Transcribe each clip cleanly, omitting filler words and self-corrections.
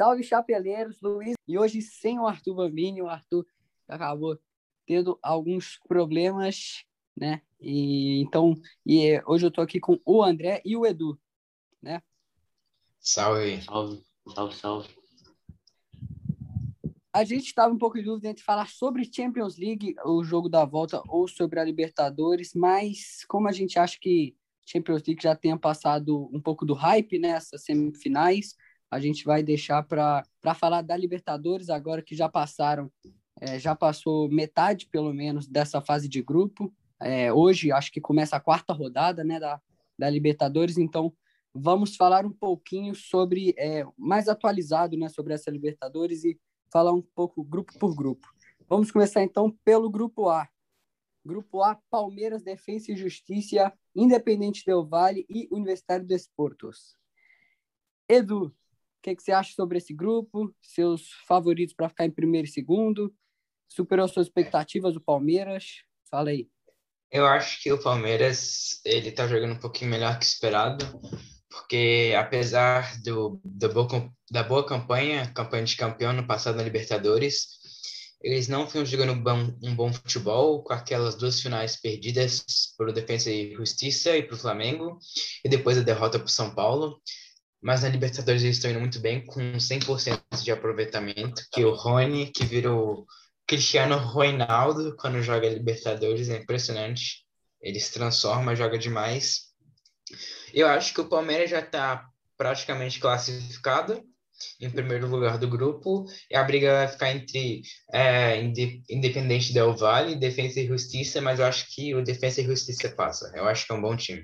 Salve, chapeleiros, Luiz. E hoje sem o Arthur Bambini, o Arthur acabou tendo alguns problemas, né? Hoje eu tô aqui com o André e o Edu, né? Salve. Salve, salve, salve. A gente estava um pouco em dúvida entre falar sobre Champions League, o jogo da volta, ou sobre a Libertadores, mas como a gente acha que Champions League já tenha passado um pouco do hype nessas semifinais, a gente vai deixar para falar da Libertadores agora que já passou metade, pelo menos, dessa fase de grupo. Hoje, acho que começa a quarta rodada, né, da Libertadores, então vamos falar um pouquinho sobre, mais atualizado, né, sobre essa Libertadores e falar um pouco grupo por grupo. Vamos começar, então, pelo Grupo A. Grupo A, Palmeiras, Defensa e Justiça, Independente Del Valle e Universitário de Desportos. Edu, o que você acha sobre esse grupo? Seus favoritos para ficar em primeiro e segundo? Superou suas expectativas do Palmeiras? Fala aí. Eu acho que o Palmeiras, ele tá jogando um pouquinho melhor que esperado, porque apesar da boa campanha de campeão no passado na Libertadores, eles não vinham jogando um bom futebol, com aquelas duas finais perdidas para o Defensa e Justiça e para o Flamengo, e depois a derrota para o São Paulo. Mas na Libertadores eles estão indo muito bem, com 100% de aproveitamento, que o Rony, que virou Cristiano Ronaldo quando joga Libertadores, é impressionante. Ele se transforma, joga demais. Eu acho que o Palmeiras já está praticamente classificado em primeiro lugar do grupo, e a briga vai ficar entre Independente Del Valle, Defensa e Justiça, mas eu acho que o Defensa e Justiça passa. Eu acho que é um bom time.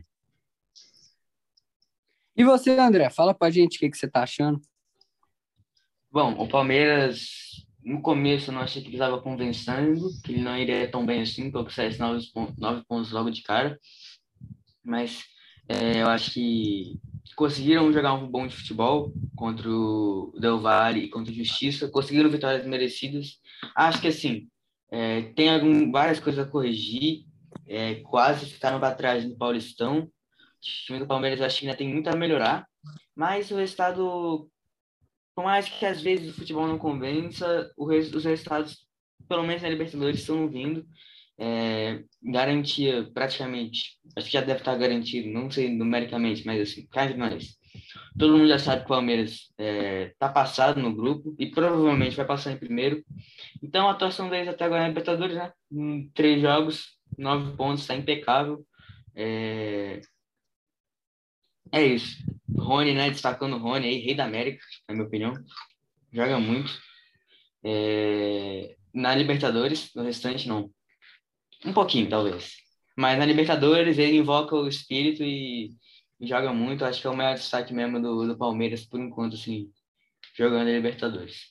E você, André? Fala pra gente o que você tá achando. Bom, o Palmeiras, no começo, eu não achei que ele estava convencendo, que ele não iria tão bem assim, pelo que saísse 9 pontos logo de cara. Mas eu acho que conseguiram jogar um bom de futebol contra o Del Valle e contra o Justiça, conseguiram vitórias merecidas. Acho que, assim, tem várias coisas a corrigir, quase ficaram para trás no Paulistão. O time do Palmeiras acho que ainda tem muito a melhorar, mas o resultado, por mais que às vezes o futebol não convença, os resultados, pelo menos na Libertadores, estão vindo. Garantia praticamente, acho que já deve estar garantido, não sei numericamente, mas assim, mais. Todo mundo já sabe que o Palmeiras está passado no grupo e provavelmente vai passar em primeiro. Então a atuação deles até agora na Libertadores, né? Em 3 jogos, 9 pontos, está impecável. É isso. Rony, né? Destacando o Rony aí, rei da América, na minha opinião. Joga muito. Na Libertadores, no restante não. Um pouquinho, talvez. Mas na Libertadores ele invoca o espírito e joga muito. Acho que é o maior destaque mesmo do Palmeiras, por enquanto, assim, jogando na Libertadores.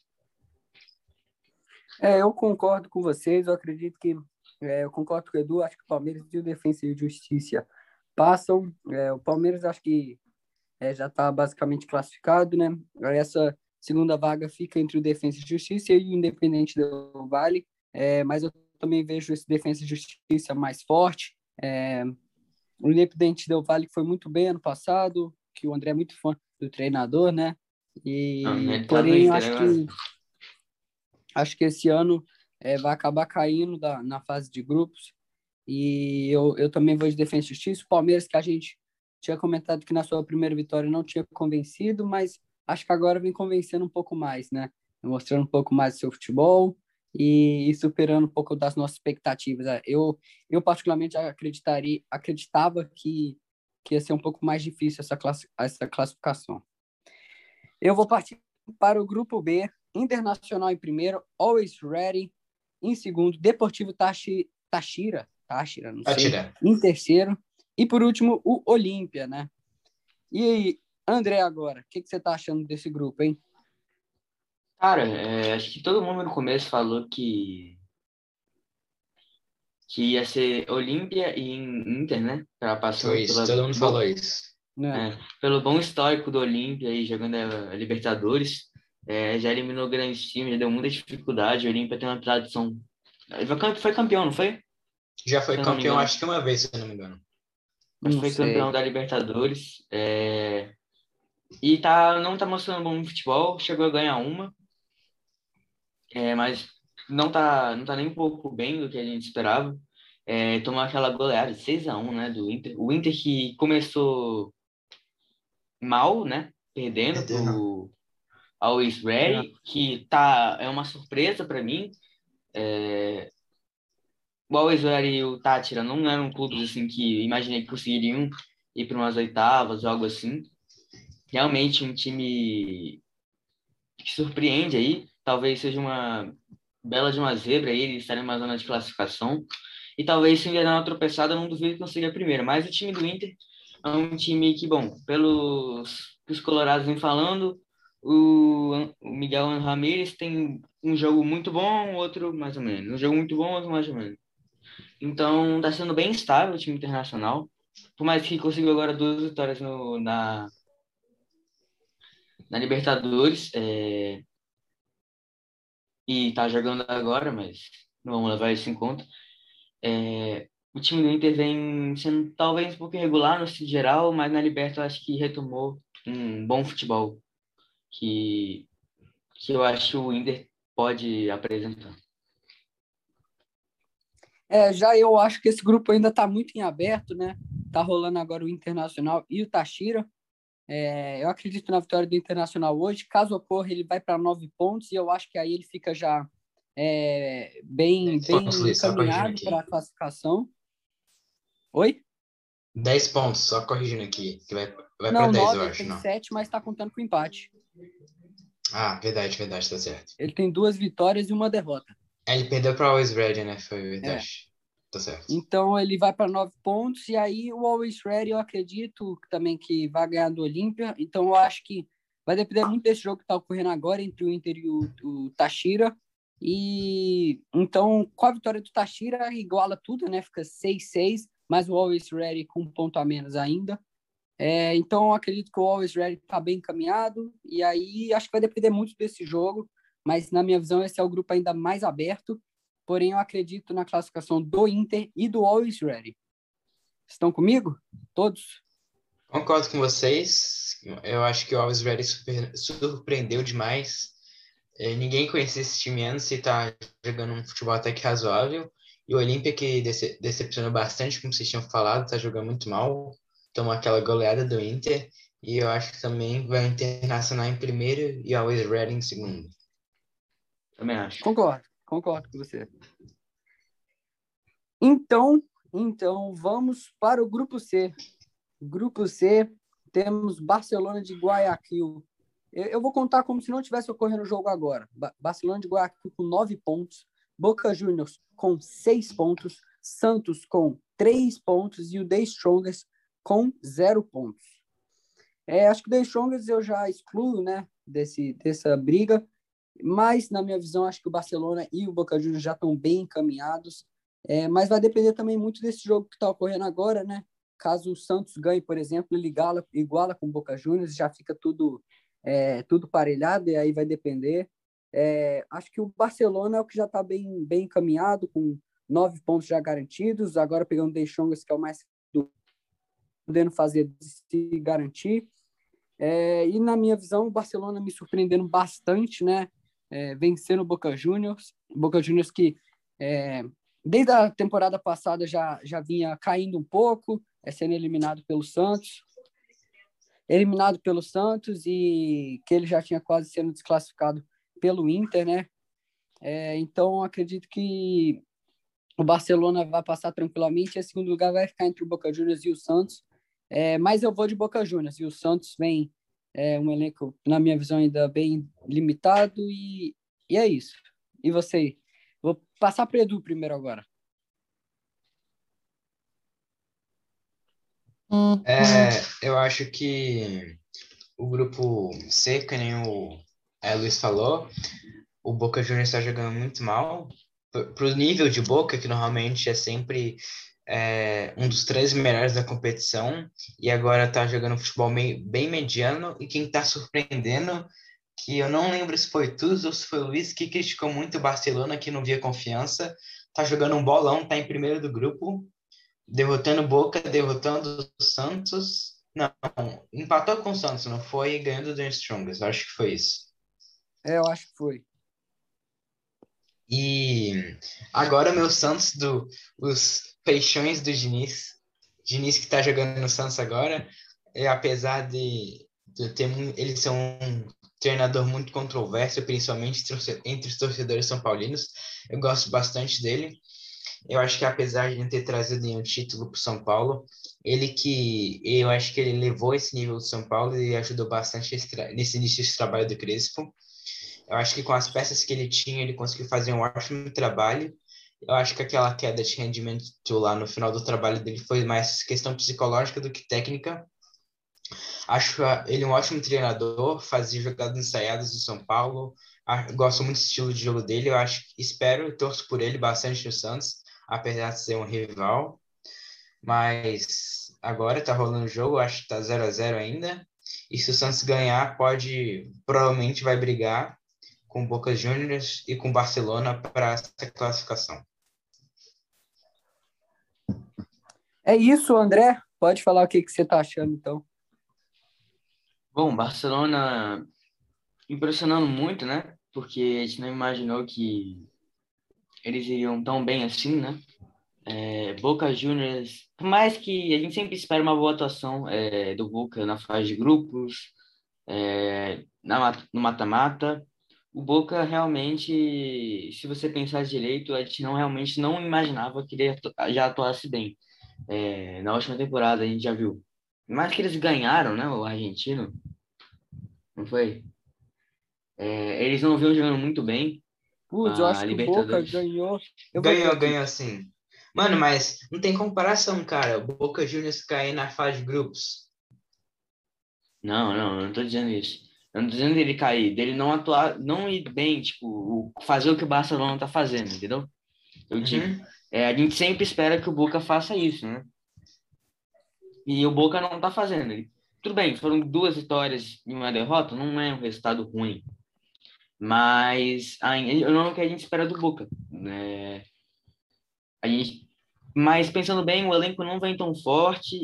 Eu concordo com vocês. Eu acredito que... eu concordo com o Edu. Acho que o Palmeiras e o Defensa e Justiça passam. O Palmeiras acho que já está basicamente classificado, né? Essa segunda vaga fica entre o Defensa e Justiça e o Independente do Valle. Mas eu também vejo esse Defensa e Justiça mais forte. O Independente Del Valle foi muito bem ano passado, que o André é muito fã do treinador, né? Porém, acho que esse ano vai acabar caindo na fase de grupos. E eu também vou de Defensa e Justiça. O Palmeiras, que a gente tinha comentado que na sua primeira vitória não tinha convencido, mas acho que agora vem convencendo um pouco mais, né? Mostrando um pouco mais do seu futebol e superando um pouco das nossas expectativas. Eu particularmente acreditava que ia ser um pouco mais difícil essa classificação. Eu vou partir para o grupo B, Internacional em primeiro, Always Ready em segundo, Deportivo Táchira, não sei, em terceiro, e por último o Olímpia, né? E aí, André, agora, o que você tá achando desse grupo, hein? Cara, acho que todo mundo no começo falou que ia ser Olímpia e Inter, né? Foi isso, todo mundo falou isso. Pelo bom histórico do Olímpia aí jogando a Libertadores, já eliminou grandes times, já deu muita dificuldade. O Olímpia tem uma tradição. Foi campeão, não foi? Já foi campeão, acho que uma vez, se eu não me engano. Foi campeão da Libertadores. E não tá mostrando bom futebol, chegou a ganhar uma, mas não tá nem um pouco bem do que a gente esperava. Tomou aquela goleada de 6-1, né, do Inter. O Inter que começou mal, né, perdendo Perdendo. pro Always É. Ready, que é uma surpresa para mim. O Always Ready e o Tátira não eram clubes assim que imaginei que conseguiriam ir para umas oitavas, algo assim. Realmente um time que surpreende aí, talvez seja uma bela de uma zebra aí, eles estarem numa zona de classificação. E talvez se vier dar uma tropeçada, eu não duvido que consiga a primeira. Mas o time do Inter é um time que, bom, pelos que os colorados vêm falando, o Miguel Ramírez tem um jogo muito bom, outro mais ou menos. Um jogo muito bom, outro mais ou menos. Então, está sendo bem estável o time internacional. Por mais que conseguiu agora 2 vitórias na Libertadores, e tá jogando agora, mas não vamos levar isso em conta. O time do Inter vem sendo talvez um pouco irregular no geral, mas na Liberta eu acho que retomou um bom futebol que, que eu acho que o Inter pode apresentar. Já eu acho que esse grupo ainda está muito em aberto, né? Tá rolando agora o Internacional e o Táchira. Eu acredito na vitória do Internacional hoje. Caso ocorra, ele vai para 9 pontos e eu acho que aí ele fica já bem 10 pontos, Luiz, só corrigindo encaminhado para aqui. a classificação. Oi? 10 pontos, só corrigindo aqui, que vai para Não, 10, eu 9, ele acho, tem não. 7, mas está contando com empate. Ah, verdade, tá certo. Ele tem 2 vitórias e uma derrota. Ele perdeu para Always Ready, né? Foi É. verdade. Tá certo. Então ele vai para 9 pontos e aí o Always Ready eu acredito também que vai ganhar do Olímpia. Então eu acho que vai depender muito desse jogo que está ocorrendo agora entre o Inter e o Táchira. E então com a vitória do Táchira iguala tudo, né? Fica 6-6, mas o Always Ready com um ponto a menos ainda. Então eu acredito que o Always Ready está bem encaminhado e aí acho que vai depender muito desse jogo, mas na minha visão esse é o grupo ainda mais aberto. Porém, eu acredito na classificação do Inter e do Always Ready. Estão comigo? Todos? Concordo com vocês. Eu acho que o Always Ready surpreendeu demais. Ninguém conhecia esse time antes e tá jogando um futebol até que razoável. E o Olímpia, que decepcionou bastante, como vocês tinham falado, tá jogando muito mal. Tomou aquela goleada do Inter. E eu acho que também vai Internacional em primeiro e Always Ready em segundo. Também acho. Concordo com você. Então vamos para o grupo C. Grupo C, temos Barcelona de Guayaquil. Eu vou contar como se não tivesse ocorrendo o jogo agora. Barcelona de Guayaquil com 9 pontos, Boca Juniors com 6 pontos, Santos com 3 pontos e o The Strongest com 0 pontos. Acho que o The Strongest eu já excluo, né, dessa briga, mas na minha visão acho que o Barcelona e o Boca Juniors já estão bem encaminhados, mas vai depender também muito desse jogo que está ocorrendo agora, né? Caso o Santos ganhe, por exemplo, ele iguala com o Boca Juniors, já fica tudo parelhado e aí vai depender. Acho que o Barcelona é o que já está bem encaminhado, com 9 pontos já garantidos, agora pegando o The Strongest, que é o mais podendo fazer se garantir. E na minha visão, o Barcelona me surpreendendo bastante, né? Vencendo o Boca Juniors que desde a temporada passada já vinha caindo um pouco, sendo eliminado pelo Santos e que ele já tinha quase sendo desclassificado pelo Inter, né? Então acredito que o Barcelona vai passar tranquilamente, e em segundo lugar vai ficar entre o Boca Juniors e o Santos, mas eu vou de Boca Juniors, e o Santos vem um elenco, na minha visão, ainda bem limitado, e é isso. E você? Vou passar para o Edu primeiro agora. Eu acho que o grupo C, que nem o Luiz falou, o Boca Juniors está jogando muito mal. Pro nível de Boca, que normalmente é sempre um dos 3 melhores da competição, e agora está jogando futebol bem mediano, e quem está surpreendendo, que eu não lembro se foi tu ou se foi o Luiz, que criticou muito o Barcelona, que não via confiança, está jogando um bolão, está em primeiro do grupo, derrotando o Boca, derrotando o Santos, Não, empatou com o Santos, não foi? Ganhando do Strongest, acho que foi isso. Eu acho que foi. E agora meu Santos os peixões do Diniz. Diniz que tá jogando no Santos agora, apesar de ter ele ser um treinador muito controverso, principalmente entre os torcedores são paulinos, eu gosto bastante dele. Eu acho que apesar de não ter trazido nenhum título para o São Paulo, eu acho que ele levou esse nível do São Paulo e ajudou bastante nesse início de trabalho do Crespo. Eu acho que com as peças que ele tinha, ele conseguiu fazer um ótimo trabalho. Eu acho que aquela queda de rendimento lá no final do trabalho dele foi mais questão psicológica do que técnica. Acho ele um ótimo treinador, fazia jogadas ensaiadas do São Paulo. Gosto muito do estilo de jogo dele. Eu acho, espero e torço por ele bastante no Santos, apesar de ser um rival. Mas agora tá rolando o jogo, acho que tá 0-0 ainda. E se o Santos ganhar, provavelmente vai brigar com o Boca Juniors e com o Barcelona para essa classificação. É isso, André. Pode falar o que você está achando, então. Bom, Barcelona impressionando muito, né? Porque a gente não imaginou que eles iriam tão bem assim, né? Boca Juniors, por mais que a gente sempre espera uma boa atuação do Boca na fase de grupos, no mata-mata, o Boca realmente, se você pensar direito, a gente realmente não imaginava que ele já atuasse bem. Na última temporada a gente já viu. Mas que eles ganharam, né? O argentino, não foi? Eles não vinham jogando muito bem Putz, eu a acho que o Boca Libertadores. ganhou. Eu vou ver aqui. Ganhou sim. Mano, mas não tem comparação, cara. O Boca Juniors cair na fase de grupos. Não tô dizendo isso. Eu não tô dizendo dele cair, dele não atuar, não ir bem, tipo, fazer o que o Barcelona tá fazendo, entendeu? Eu digo. Uhum. A gente sempre espera que o Boca faça isso, né? E o Boca não tá fazendo. Tudo bem, foram 2 vitórias e uma derrota, não é um resultado ruim. Mas eu não é o que a gente espera do Boca, né? Mas pensando bem, o elenco não vem tão forte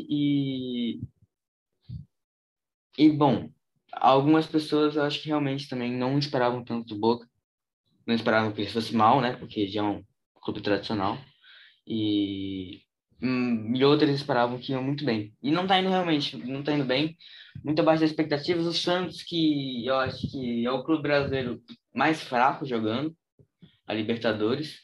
bom, algumas pessoas eu acho que realmente também não esperavam tanto do Boca, não esperavam que ele fosse mal, né? Porque já é um clube tradicional. E, e outras esperavam que iam muito bem. E não tá indo realmente, não tá indo bem. Muito abaixo das expectativas. O Santos, que eu acho que é o clube brasileiro mais fraco jogando a Libertadores.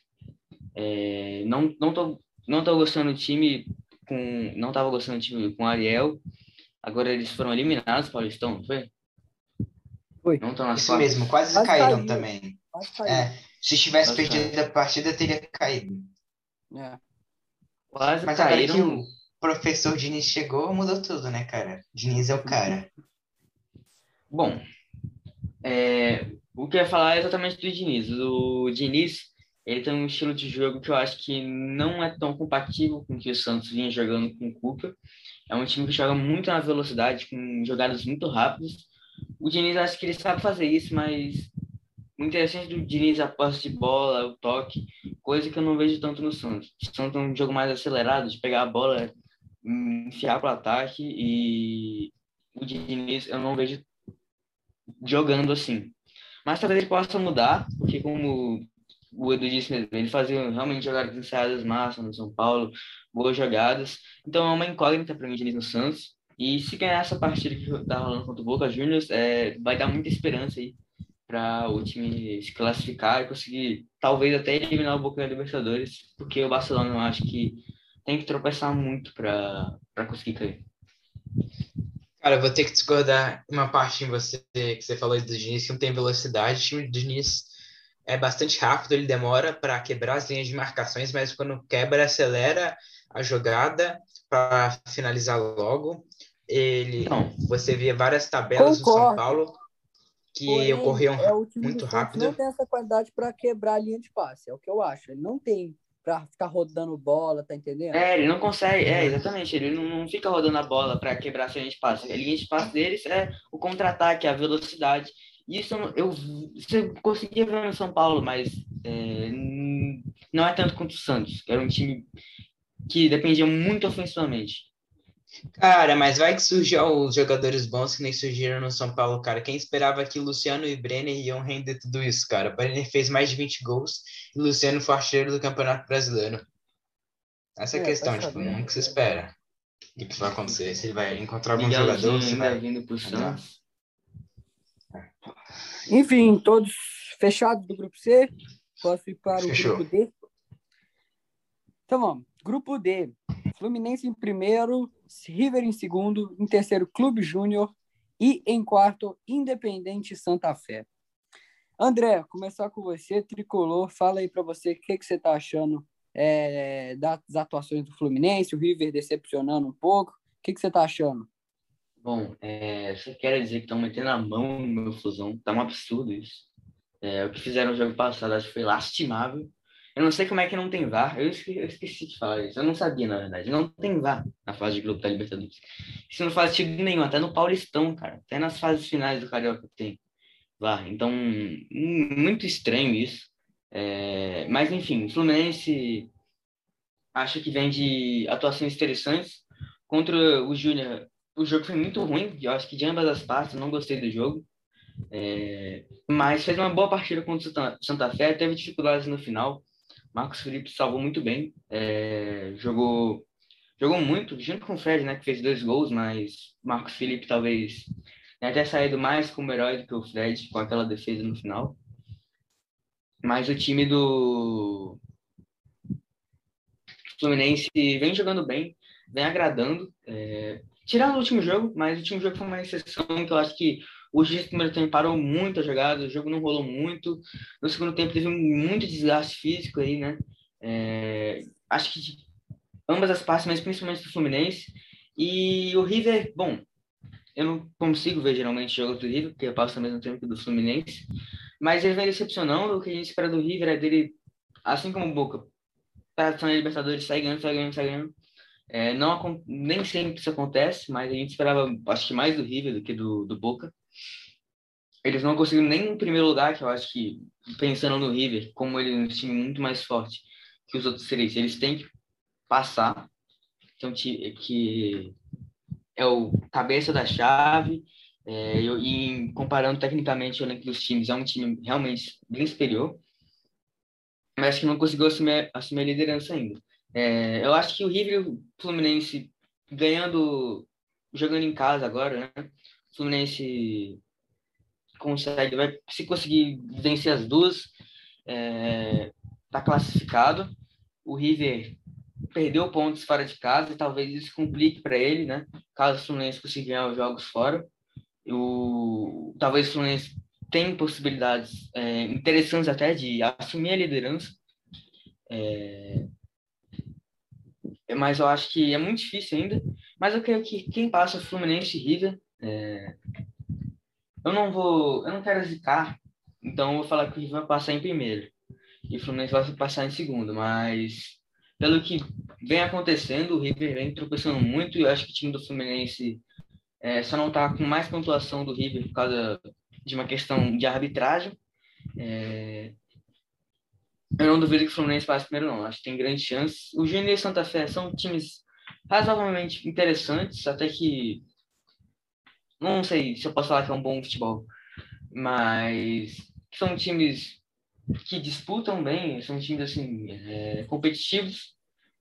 Não tô gostando do time não tava gostando do time com o Ariel. Agora eles foram eliminados, Paulistão, não foi? Foi. Não estão nas Isso mesmo, quartas. quase Quase caíram caiu. também. Quase caiu. Se tivesse Quase caíram. perdido a partida, teria caído. É. Quase Mas agora que caíram. o professor Diniz chegou, mudou tudo, né, cara? Diniz é o cara. Bom, o que eu ia falar é exatamente do Diniz. O Diniz, ele tem um estilo de jogo que eu acho que não é tão compatível com o que o Santos vinha jogando com o Cuca. É um time que joga muito na velocidade, com jogadas muito rápidas. O Diniz, acho que ele sabe fazer isso, mas o interessante do Diniz é a posse de bola, o toque, coisa que eu não vejo tanto no Santos. O Santos é um jogo mais acelerado, de pegar a bola, enfiar para o ataque, e o Diniz eu não vejo jogando assim. Mas talvez ele possa mudar, porque como o Edu disse mesmo, ele fazia realmente jogadas ensaiadas massas no São Paulo, boas jogadas. Então é uma incógnita para mim, Diniz no Santos. E se ganhar essa partida que tá rolando contra o Boca Juniors, vai dar muita esperança aí para o time se classificar e conseguir, talvez até eliminar o Boca na Libertadores, porque o Barcelona eu acho que tem que tropeçar muito para conseguir cair. Cara, eu vou ter que discordar uma parte em você que você falou do Diniz, que não tem velocidade. O time do Diniz é bastante rápido, ele demora para quebrar as linhas de marcações, mas quando quebra, acelera a jogada para finalizar logo. Então, Você via várias tabelas no São Concordo. Paulo que Porém, ocorriam o time do muito Santos não rápido. tem essa qualidade para quebrar a linha de passe. É o que eu acho. Ele não tem para ficar rodando bola, tá entendendo? ele não consegue, exatamente, ele não fica rodando a bola para quebrar a linha de passe. A linha de passe deles é o contra-ataque, a velocidade. Isso você conseguia ver no São Paulo, mas não é tanto quanto o Santos, que era um time que dependia muito ofensivamente. Cara, mas vai que surgiu os jogadores bons que nem surgiram no São Paulo, cara. Quem esperava que Luciano e Brenner iam render tudo isso, cara? Brenner fez mais de 20 gols e Luciano foi artilheiro do Campeonato Brasileiro. Essa é a Vai questão, tipo, saber. não que se espera. O que vai acontecer? Se ele vai encontrar algum jogador, Miguelzinho se ainda vai vindo pro mudar. Santos. Enfim, todos fechados do grupo C. Posso ir para o Fechou. grupo D? Então vamos. Grupo D. Fluminense em primeiro, River em segundo, em terceiro, Clube Júnior e em quarto, Independente Santa Fé. André, começar com você, tricolor. Fala aí para você o que você está achando das atuações do Fluminense, o River decepcionando um pouco. O que você está achando? Bom, só quero dizer que estão metendo a mão no meu Flusão. Tá um absurdo isso. O que fizeram no jogo passado, acho que foi lastimável. Eu não sei como é que não tem VAR. Eu esqueci de falar isso. Eu não sabia, na verdade. Não tem VAR na fase de grupo da Libertadores. Isso não faz sentido nenhum. Até no Paulistão, cara. Até nas fases finais do Carioca tem VAR. Então, muito estranho isso. Mas, enfim, o Fluminense acho que vem de atuações interessantes. Contra o Júnior, o jogo foi muito ruim. Eu acho que de ambas as partes, eu não gostei do jogo. Mas fez uma boa partida contra o Santa Fé, teve dificuldades no final. Marcos Felipe salvou muito bem, jogou muito, junto com o Fred, né, que fez 2 gols, mas Marcos Felipe talvez tenha até saído mais como herói do que o Fred, com aquela defesa no final. Mas o time do Fluminense vem jogando bem, vem agradando. Tirando o último jogo, mas o último jogo foi uma exceção que eu acho que o juiz do primeiro tempo parou muito a jogada, o jogo não rolou muito. No segundo tempo teve muito desgaste físico aí, né? Acho que de ambas as partes, mas principalmente do Fluminense. E o River, bom, eu não consigo ver geralmente jogos do River, porque eu passo ao mesmo tempo que do Fluminense, mas ele vem decepcionando. O que a gente espera do River é dele, assim como o Boca, tradição na Libertadores, sai ganhando, sai ganhando, sai ganhando. Não, nem sempre isso acontece, mas a gente esperava, acho que mais do River do que do Boca. Eles não conseguiram nem em primeiro lugar, que eu acho que, pensando no River, como ele é um time muito mais forte que os outros três, eles têm que passar, que é, que é o cabeça da chave, e comparando tecnicamente o elenco dos times, é um time realmente bem superior, mas acho que não conseguiu assumir a liderança ainda. Eu acho que o River e o Fluminense ganhando, jogando em casa agora, né? O Fluminense se conseguir vencer as duas, tá classificado. O River perdeu pontos fora de casa e talvez isso complique para ele, né? Caso o Fluminense consiga ganhar os jogos fora. Talvez o Fluminense tenha possibilidades interessantes até de assumir a liderança, mas eu acho que é muito difícil ainda. Mas eu creio que quem passa é Fluminense e River. Eu não quero zicar, então eu vou falar que o River vai passar em primeiro e o Fluminense vai passar em segundo, mas pelo que vem acontecendo, o River vem tropeçando muito e eu acho que o time do Fluminense só não está com mais pontuação do River por causa de uma questão de arbitragem. Eu não duvido que o Fluminense passe primeiro, não. Acho que tem grande chance. O Júnior e o Santa Fé são times razoavelmente interessantes, até que não sei se eu posso falar que é um bom futebol, mas são times que disputam bem, são times assim competitivos.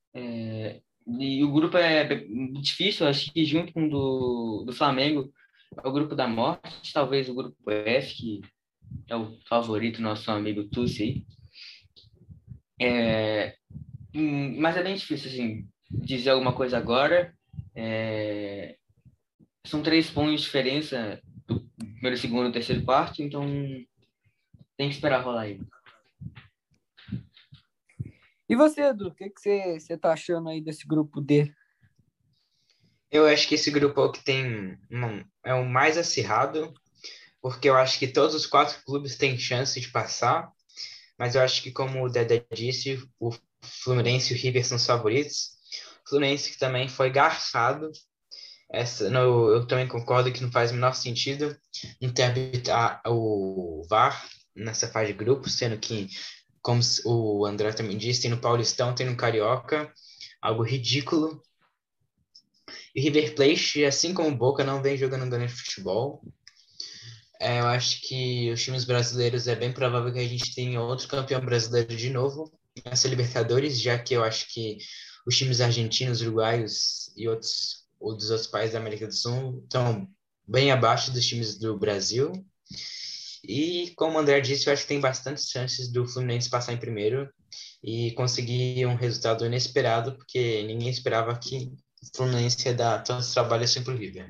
E o grupo é difícil, acho que junto com o do Flamengo é o grupo da morte, talvez o grupo F, que é o favorito nosso amigo Tussi aí. Mas é bem difícil assim dizer alguma coisa agora. São 3 pontos de diferença do primeiro, segundo, terceiro, quarto, então tem que esperar rolar aí. E você, Edu, o que você está achando aí desse grupo D? Eu acho que esse grupo é o que é o mais acirrado, porque eu acho que todos os 4 clubes têm chance de passar, mas eu acho que, como o Dedé disse, o Fluminense e o River são os favoritos. O Fluminense que também foi garfado. Eu também concordo que não faz o menor sentido interpretar o VAR nessa fase de grupo, sendo que, como o André também disse, tem no Paulistão, tem no Carioca, algo ridículo. River Plate, assim como o Boca, não vem jogando um grande futebol. Eu acho que os times brasileiros é bem provável que a gente tenha outro campeão brasileiro de novo nessa Libertadores, já que eu acho que os times argentinos, uruguaios e outros ou dos outros países da América do Sul estão bem abaixo dos times do Brasil. E como o André disse, eu acho que tem bastante chances do Fluminense passar em primeiro e conseguir um resultado inesperado, porque ninguém esperava que o Fluminense ia dar tanto trabalho assim pro River.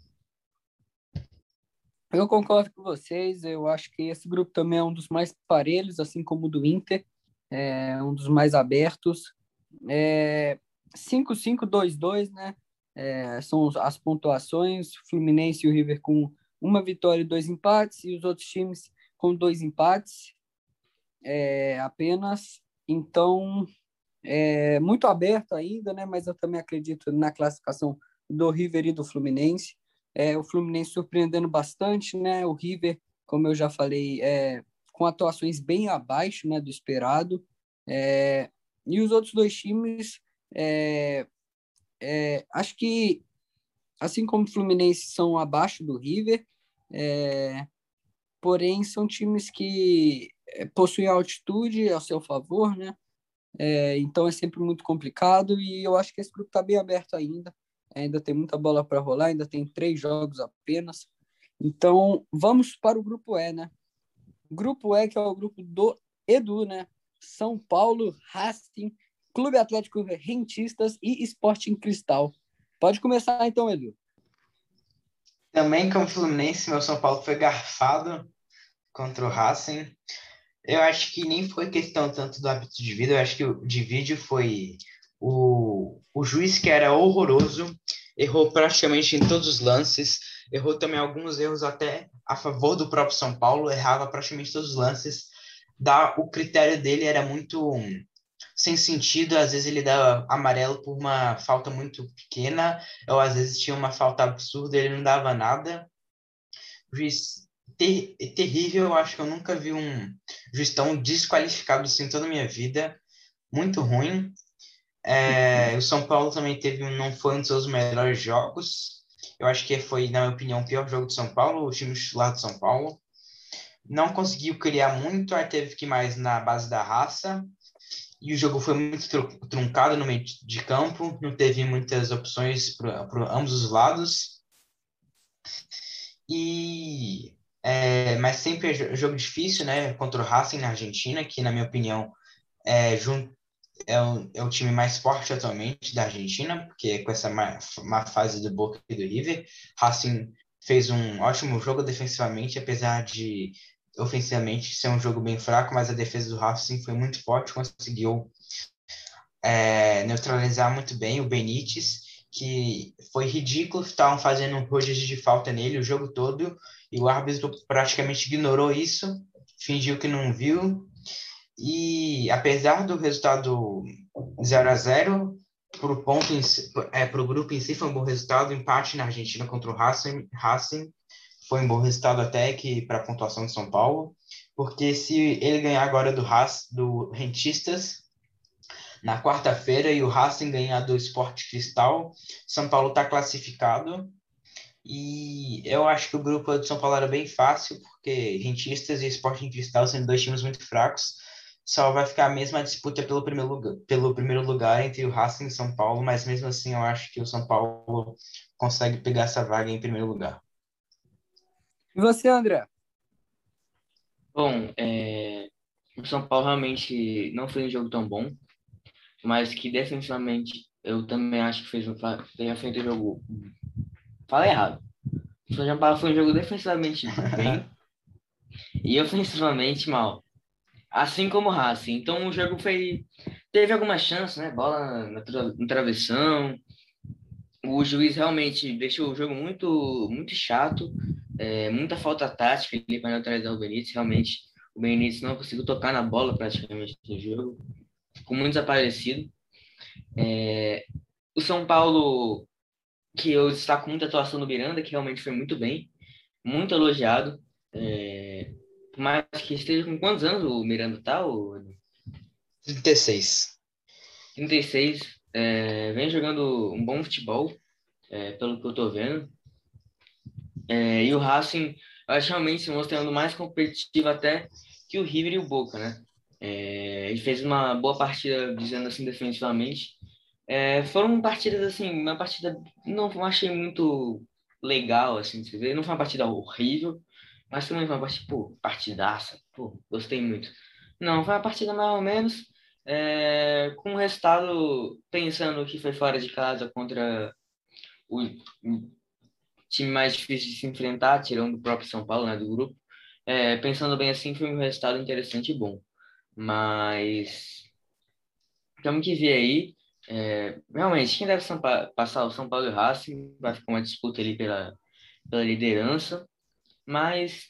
Eu concordo com vocês, eu acho que esse grupo também é um dos mais parelhos, assim como o do Inter, é um dos mais abertos. É 5-5-2-2, né? São as pontuações, o Fluminense e o River com uma vitória e 2 empates, e os outros times com 2 empates apenas. Então, é muito aberto ainda, né? Mas eu também acredito na classificação do River e do Fluminense. O Fluminense surpreendendo bastante, né? O River, como eu já falei, com atuações bem abaixo, né, do esperado. E os outros dois times, acho que, assim como o Fluminense, são abaixo do River, porém são times que possuem altitude ao seu favor, né? Então é sempre muito complicado e eu acho que esse grupo está bem aberto ainda. Ainda tem muita bola para rolar, ainda tem 3 jogos apenas. Então vamos para o grupo E, né? Grupo E, que é o grupo do Edu, né? São Paulo, Racing, Clube Atlético Rentistas e Sporting Cristal. Pode começar então, Edu. Também como Fluminense, meu São Paulo foi garfado contra o Racing. Eu acho que nem foi questão tanto do hábito de vida, eu acho que o de vídeo foi o juiz que era horroroso, errou praticamente em todos os lances, errou também alguns erros até a favor do próprio São Paulo, errava praticamente todos os lances. O critério dele era muito sem sentido, às vezes ele dava amarelo por uma falta muito pequena, ou às vezes tinha uma falta absurda, ele não dava nada. Juiz terrível, eu acho que eu nunca vi um juiz tão desqualificado assim em toda a minha vida, muito ruim. O São Paulo também não foi um dos seus melhores jogos. Eu acho que foi, na minha opinião, o pior jogo do São Paulo, o time titular do São Paulo. Não conseguiu criar muito, aí teve que ir mais na base da raça. E o jogo foi muito truncado no meio de campo, não teve muitas opções para ambos os lados. Mas sempre é jogo difícil, né? Contra o Racing na Argentina, que, na minha opinião, é o time mais forte atualmente da Argentina, porque com essa má fase do Boca e do River, Racing fez um ótimo jogo defensivamente, apesar de ofensivamente ser um jogo bem fraco, mas a defesa do Racing foi muito forte, conseguiu neutralizar muito bem o Benítez, que foi ridículo, estavam fazendo um rodízio de falta nele o jogo todo, e o árbitro praticamente ignorou isso, fingiu que não viu, e apesar do resultado 0-0, para o grupo em si foi um bom resultado, empate na Argentina contra o Racing foi um bom resultado até que para a pontuação de São Paulo, porque se ele ganhar agora do Rentistas, na quarta-feira e o Racing ganhar do Sport Cristal, São Paulo está classificado. E eu acho que o grupo de São Paulo era bem fácil, porque Rentistas e Sporting Cristal sendo dois times muito fracos, só vai ficar a mesma disputa pelo primeiro lugar entre o Racing e São Paulo, mas mesmo assim eu acho que o São Paulo consegue pegar essa vaga em primeiro lugar. E você, André? Bom, o São Paulo realmente não foi um jogo tão bom, mas que defensivamente eu também acho que tenha feito o jogo. Fala errado. O São Paulo foi um jogo defensivamente bem e ofensivamente mal. Assim como o Racing. Então o jogo teve alguma chance, né? Bola na travessão. O juiz realmente deixou o jogo muito, muito chato. Muita falta tática ali para neutralizar o Benítez. Realmente, o Benítez não conseguiu tocar na bola praticamente no jogo. Ficou muito desaparecido. O São Paulo, que eu destaco muito a atuação do Miranda, que realmente foi muito bem. Muito elogiado. Por mais que esteja com quantos anos o Miranda tá? 36. 36, vem jogando um bom futebol. pelo que eu tô vendo. E o Racing, eu acho realmente se mostrando mais competitivo até que o River e o Boca, né? Ele fez uma boa partida, dizendo assim, defensivamente. Foram partidas assim, uma partida não achei muito legal, assim, de se ver. Não foi uma partida horrível, mas também foi uma partida, pô, partidaça. Pô, gostei muito. Não, foi uma partida mais ou menos, com o resultado, pensando que foi fora de casa contra o time mais difícil de se enfrentar, tirando o próprio São Paulo, né, do grupo. Pensando bem assim, foi um resultado interessante e bom. Mas temos que ver aí. Realmente, quem deve passar o São Paulo e o Racing, vai ficar uma disputa ali pela liderança, mas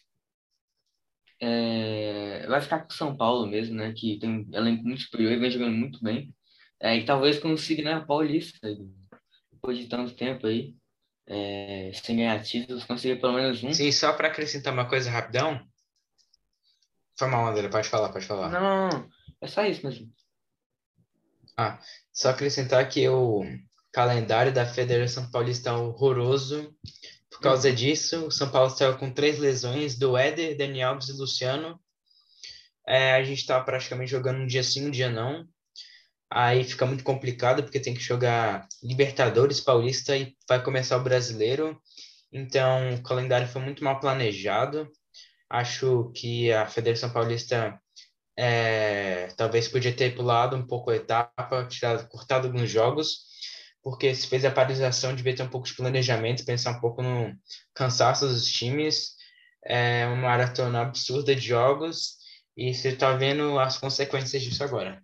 vai ficar com o São Paulo mesmo, né? Que tem um elenco muito superior e vem jogando muito bem. E talvez consiga, né, a Paulista, depois de tanto tempo aí, sem ganhar títulos, consiga pelo menos um. Sim, só para acrescentar uma coisa rapidão. Foi mal, André, pode falar, pode falar. Não, é só isso mesmo. Ah, só acrescentar que o calendário da Federação Paulista é horroroso. Por causa disso, o São Paulo saiu com 3 lesões do Éder, Dani Alves e Luciano. A gente está praticamente jogando um dia sim, um dia não. Aí fica muito complicado, porque tem que jogar Libertadores Paulista e vai começar o Brasileiro. Então, o calendário foi muito mal planejado. Acho que a Federação Paulista talvez podia ter pulado um pouco a etapa, cortado alguns jogos, porque se fez a paralisação, devia ter um pouco de planejamento, pensar um pouco no cansaço dos times. É uma maratona absurda de jogos e você está vendo as consequências disso agora.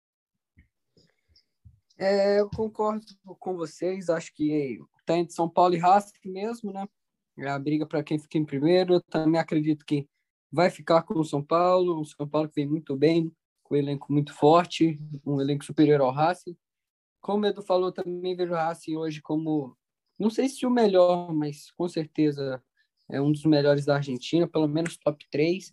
Eu concordo com vocês, acho que tá entre São Paulo e Racing mesmo, né? É a briga para quem fica em primeiro. Eu também acredito que vai ficar com o São Paulo que vem muito bem, com um elenco muito forte, um elenco superior ao Racing. Como o Edu falou, também vejo o Racing hoje como, não sei se o melhor, mas com certeza é um dos melhores da Argentina, pelo menos top 3.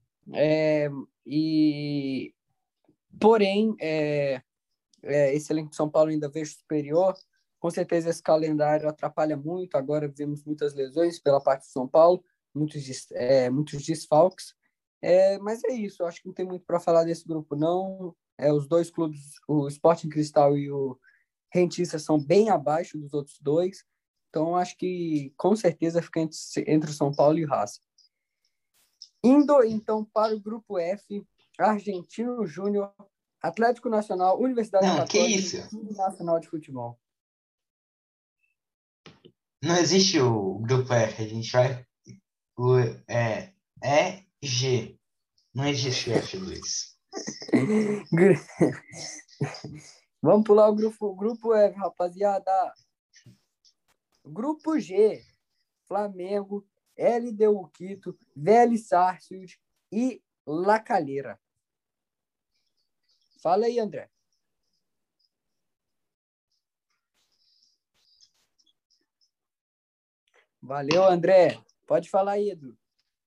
E, porém, esse elenco de São Paulo ainda vejo superior. Com certeza esse calendário atrapalha muito. Agora vemos muitas lesões pela parte de São Paulo, muitos desfalques. Mas é isso, eu acho que não tem muito para falar desse grupo, não. Os dois clubes, o Sporting Cristal e o Rentistas, são bem abaixo dos outros dois. Então, acho que com certeza fica entre o São Paulo e o Racing. Indo, então, para o grupo F, Argentino Júnior, Atlético Nacional, Universidade Não, que Católica isso? e Clube Nacional de Futebol. Não existe o grupo F, a gente vai. É G. Não existe F, Luiz. Vamos pular o grupo F, rapaziada. Grupo G, Flamengo, LDU Quito, Vélez Sarsfield e La Calera. Fala aí, André. Valeu, André. Pode falar aí, Edu.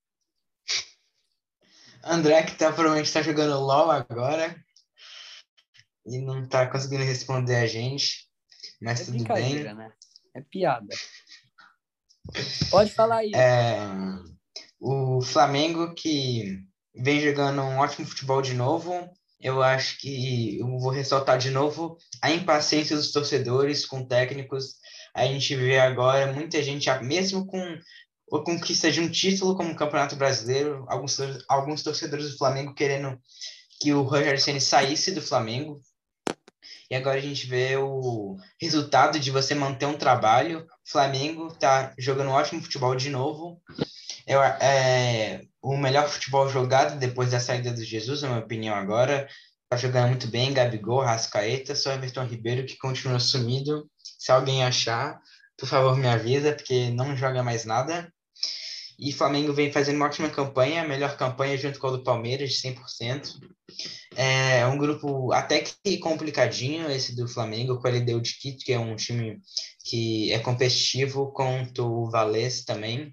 André, que provavelmente tá jogando LOL agora e não tá conseguindo responder a gente, mas tudo Brincadeira, bem. né? É piada. Pode falar aí. O Flamengo, que vem jogando um ótimo futebol de novo. Eu acho que eu vou ressaltar de novo a impaciência dos torcedores com técnicos. A gente vê agora muita gente, mesmo com a conquista de um título como o Campeonato Brasileiro, alguns torcedores do Flamengo querendo que o Rogério Ceni saísse do Flamengo. E agora a gente vê o resultado de você manter um trabalho. O Flamengo está jogando um ótimo futebol de novo. É o melhor futebol jogado depois da saída do Jesus, na minha opinião, agora. Tá jogando muito bem, Gabigol, Rascaeta, só Everton Ribeiro, que continua sumido. Se alguém achar, por favor, me avisa, porque não joga mais nada. E Flamengo vem fazendo uma ótima campanha, a melhor campanha junto com a do Palmeiras, de 100%. É um grupo até que complicadinho, esse do Flamengo, com a LDU de Quito, que é um time que é competitivo, contra o Vélez também.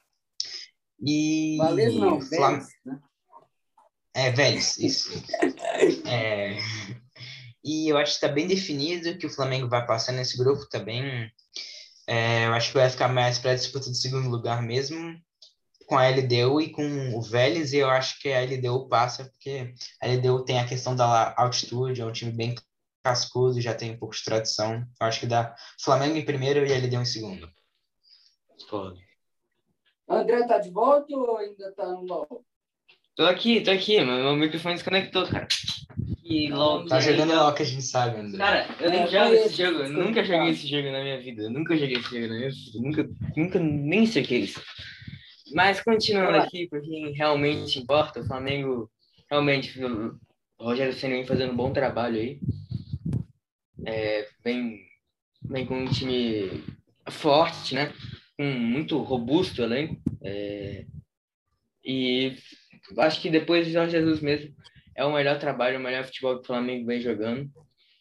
Vélez E não, Vélez, né? Vélez, isso. E eu acho que está bem definido que o Flamengo vai passar nesse grupo também. Eu acho que vai ficar mais para a disputa do segundo lugar mesmo, com a LDU e com o Vélez, e eu acho que a LDU passa, porque a LDU tem a questão da altitude, é um time bem cascudo, já tem um pouco de tradição. Eu acho que dá Flamengo em primeiro e a LDU em segundo. Foda. André tá de volta ou ainda tá no LOL? Tô aqui, meu microfone desconectou, cara. Que LOL Tá que jogando é. LOL que a gente sabe, André. Cara, eu nem É, jogo esse conheço, jogo, eu nunca desconectado. joguei esse jogo na minha vida. Eu nunca joguei esse jogo na minha vida. Nunca, nem sei o que é isso. Mas continuando Vai. aqui, para quem realmente importa, o Flamengo realmente, o Rogério Ceni vem fazendo um bom trabalho aí. Vem com um time forte, né? Muito robusto além. E acho que depois de Jorge Jesus mesmo é o melhor trabalho, o melhor futebol que o Flamengo vem jogando.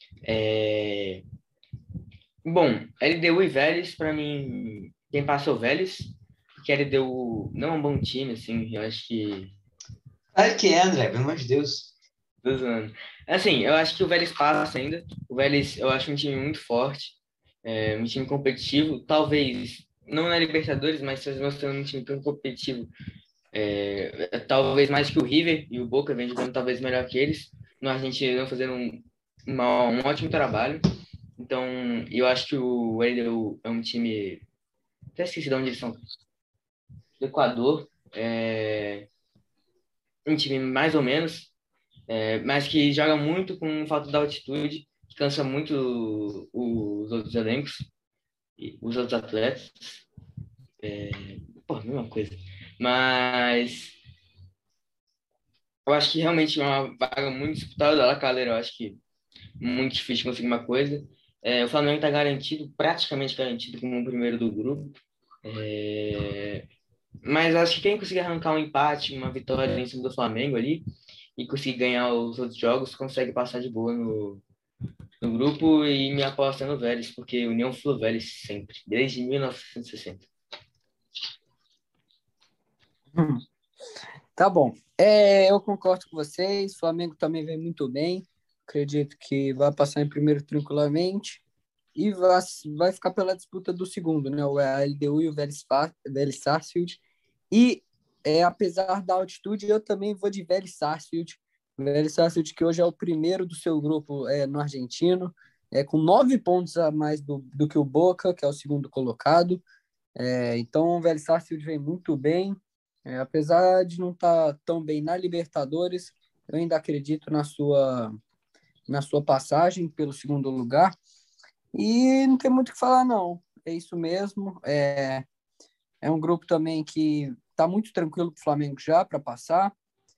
Bom, LDU e Vélez, para mim, quem passou o Vélez, porque LDU não é um bom time, assim, eu acho que. Claro que é, André, pelo amor de Deus. Tô zoando. Assim, eu acho que o Vélez passa ainda. O Vélez, eu acho um time muito forte, um time competitivo. Talvez, não na Libertadores, mas se mostrando um time tão competitivo. Talvez mais que o River e o Boca vem jogando talvez melhor que eles. No Argentina vão fazendo um ótimo trabalho. Então, eu acho que o LDU é um time. Até esqueci de onde eles são. Do Equador. Um time mais ou menos, mas que joga muito com falta de altitude, que cansa muito os outros elencos, os outros atletas. Pô, mesma coisa. Mas eu acho que realmente é uma vaga muito disputada da La Calera. Eu acho que muito difícil de conseguir uma coisa. O Flamengo está garantido, praticamente garantido como o primeiro do grupo. Mas acho que quem conseguir arrancar um empate, uma vitória em cima do Flamengo ali e conseguir ganhar os outros jogos, consegue passar de boa no grupo e me aposta no Vélez, porque União Flu-Vélez sempre, desde 1960. Tá bom. Eu concordo com vocês. O Flamengo também vem muito bem. Acredito que vai passar em primeiro tranquilamente. E vai ficar pela disputa do segundo, né? O LDU e o Vélez Sarsfield. E apesar da altitude, eu também vou de Vélez Sarsfield. Vélez Sarsfield, que hoje é o primeiro do seu grupo no argentino, com 9 pontos a mais do que o Boca, que é o segundo colocado. Então, o Vélez Sarsfield vem muito bem. Apesar de não estar tão bem na Libertadores, eu ainda acredito na sua passagem pelo segundo lugar. E não tem muito o que falar, não. É isso mesmo. É um grupo também que está muito tranquilo para o Flamengo já para passar.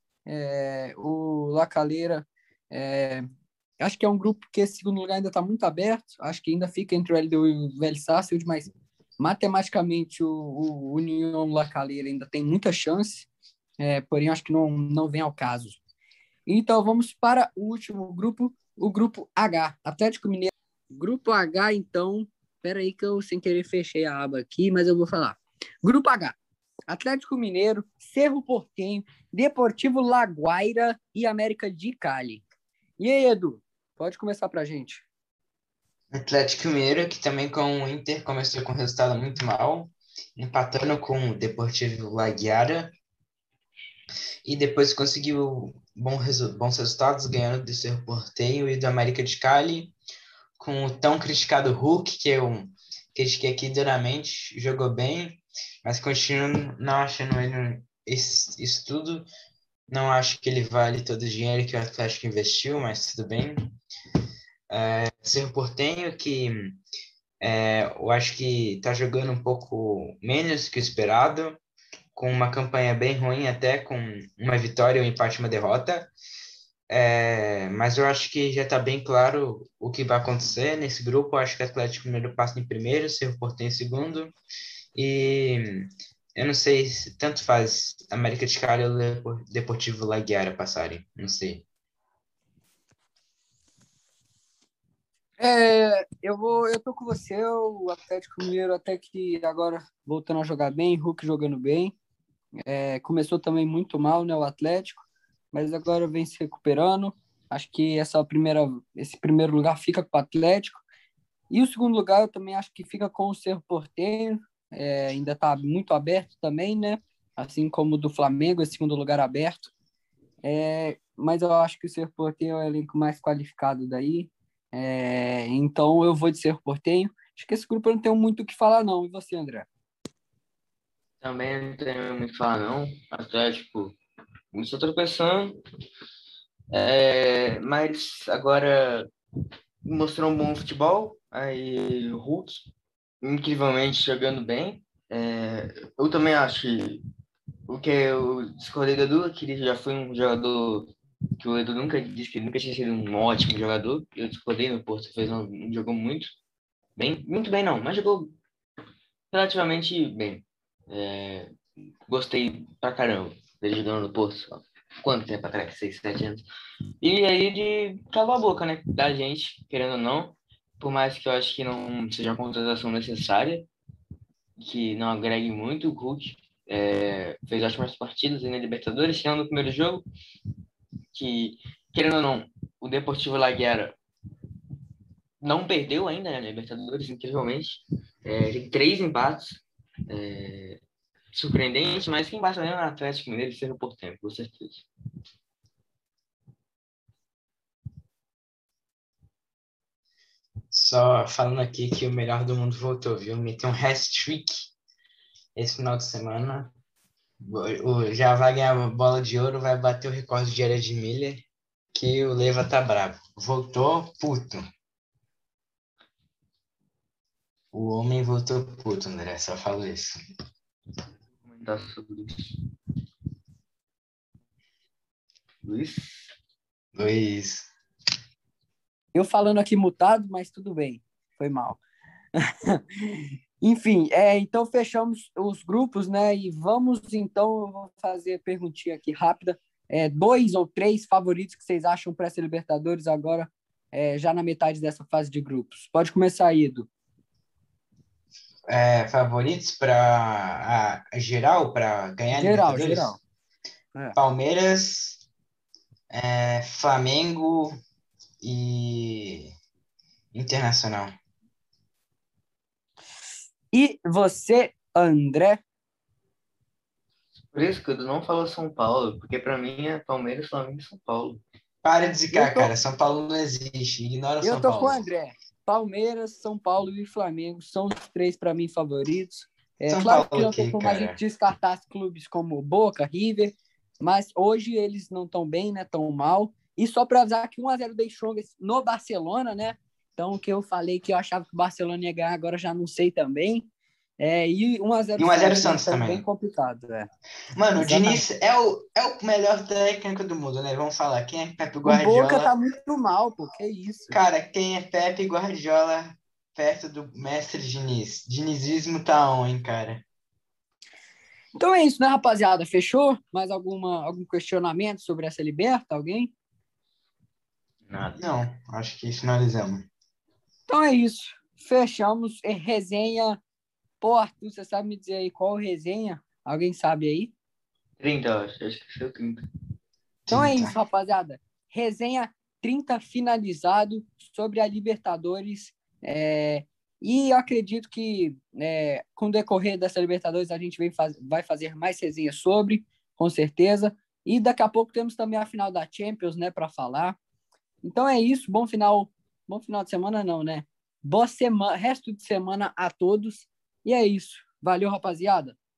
O La Calera, acho que é um grupo que esse segundo lugar ainda está muito aberto. Acho que ainda fica entre o LDU e o Vélez Sarsfield, mas matematicamente o União La Calera ainda tem muita chance. Porém acho que não vem ao caso. Então vamos para o último grupo, o grupo H, Atlético Mineiro. Grupo H, então, espera aí que eu sem querer fechei a aba aqui, mas eu vou falar. Grupo H, Atlético Mineiro, Cerro Porteño, Deportivo Laguaira e América de Cali. E aí, Edu, pode começar pra gente. Atlético Mineiro, que também com o Inter começou com um resultado muito mal, empatando com o Deportivo Laguiara, e depois conseguiu bons resultados, ganhando do Cerro Porteño e do América de Cali, com o tão criticado Hulk, que eu critiquei aqui duramente, jogou bem, mas continuo não achando ele isso tudo. Não acho que ele vale todo o dinheiro que o Atlético investiu, mas tudo bem. Cerro Porteño, que eu acho que está jogando um pouco menos que o esperado, com uma campanha bem ruim, até com uma vitória, um empate e uma derrota. Mas eu acho que já está bem claro o que vai acontecer nesse grupo. Eu acho que o Atlético Mineiro passa em primeiro, Cerro Porteño em segundo. E eu não sei se tanto faz América de Cali ou Deportivo Laguiara passarem. Não sei. Eu tô com você, o Atlético Mineiro até que agora voltando a jogar bem, Hulk jogando bem. Começou também muito mal, né, o Atlético, mas agora vem se recuperando. Acho que esse primeiro lugar fica com o Atlético. E o segundo lugar eu também acho que fica com o Cerro Porteño, ainda está muito aberto também, né? Assim como o do Flamengo, esse segundo lugar aberto. Mas eu acho que o Cerro Porteño é o elenco mais qualificado daí. Então eu vou de Cerro Porteño. Acho que esse grupo eu não tenho muito o que falar, não. E você, André? Também não tenho muito o que falar, não. Atlético começou tropeçando, mas agora mostrou um bom futebol. Aí o Hulk, incrivelmente jogando bem. Eu também acho que o que eu discordei do Edu, que ele já foi um jogador que o Edu nunca disse que ele nunca tinha sido um ótimo jogador. Eu discordei no Porto, jogou muito bem, muito bem não, mas jogou relativamente bem. É, Gostei pra caramba dele jogando no Porto. Quanto tempo atrás? 6, 7 anos. E aí de calar a boca, né? Da gente, querendo ou não. Por mais que eu acho que não seja uma contratação necessária, que não agregue muito, o Hulk fez ótimas partidas aí na Libertadores, chegando no primeiro jogo, que, querendo ou não, o Deportivo Laguera não perdeu ainda, né, na Libertadores, incrivelmente. Tem 3 empates. Surpreendente, mas quem basta mesmo é o Atlético Mineiro e Cerro Porteño, com certeza. Só falando aqui que o melhor do mundo voltou, viu? Meteu um hat-trick esse final de semana. Já vai ganhar a bola de ouro, vai bater o recorde de Jared Miller, que o Leva tá bravo. Voltou puto. O homem voltou puto, André, só falo isso. Vou comentar sobre isso. Luiz? Luiz. Eu falando aqui mutado, mas tudo bem. Foi mal. Enfim, então fechamos os grupos, né? E vamos, então, eu vou fazer perguntinha aqui rápida. 2 ou 3 favoritos que vocês acham para essa Libertadores agora, já na metade dessa fase de grupos? Pode começar aí, Edu. Favoritos para geral, para ganhar a Geral, Libertadores? geral. É. Palmeiras, Flamengo e Internacional. E você, André? Por isso que eu não falo São Paulo, porque pra mim é Palmeiras, Flamengo e São Paulo. Para de zicar, Eu tô, cara. São Paulo não existe. Ignora o eu São tô com o Paulo. André. Palmeiras, São Paulo e Flamengo são os 3 para mim favoritos. São Claro Paulo que não o tem quê, como a gente cara? descartar clubes como Boca, River, mas hoje eles não estão bem, né? Tão mal. E só para avisar que 1-0 deixou no Barcelona, né? Então, o que eu falei que eu achava que o Barcelona ia ganhar, agora já não sei também. E 1-0 E 1-0 Santos, né? Santos Então, bem também. complicado. Mano, o Exatamente. Diniz é o melhor técnico do mundo, né? Vamos falar. Quem é Pepe O Boca tá Guardiola? muito mal, pô. Que isso? Cara, quem é Pepe Guardiola perto do mestre Diniz? Dinizismo tá on, hein, cara? Então é isso, né, rapaziada? Fechou? Mais algum questionamento sobre essa liberta? Alguém? Nada. Não, acho que finalizamos. Então é isso. Fechamos. Resenha. Pô, Arthur, você sabe me dizer aí qual resenha? Alguém sabe aí? 30, eu acho. Acho que foi 30. Então é 30. isso, rapaziada. Resenha 30 finalizado sobre a Libertadores. E eu acredito que com o decorrer dessa Libertadores a gente vai fazer mais resenhas sobre, com certeza. E daqui a pouco temos também a final da Champions, né, para falar. Então é isso. Bom final de semana não, né? Boa semana, resto de semana a todos. E é isso. Valeu, rapaziada.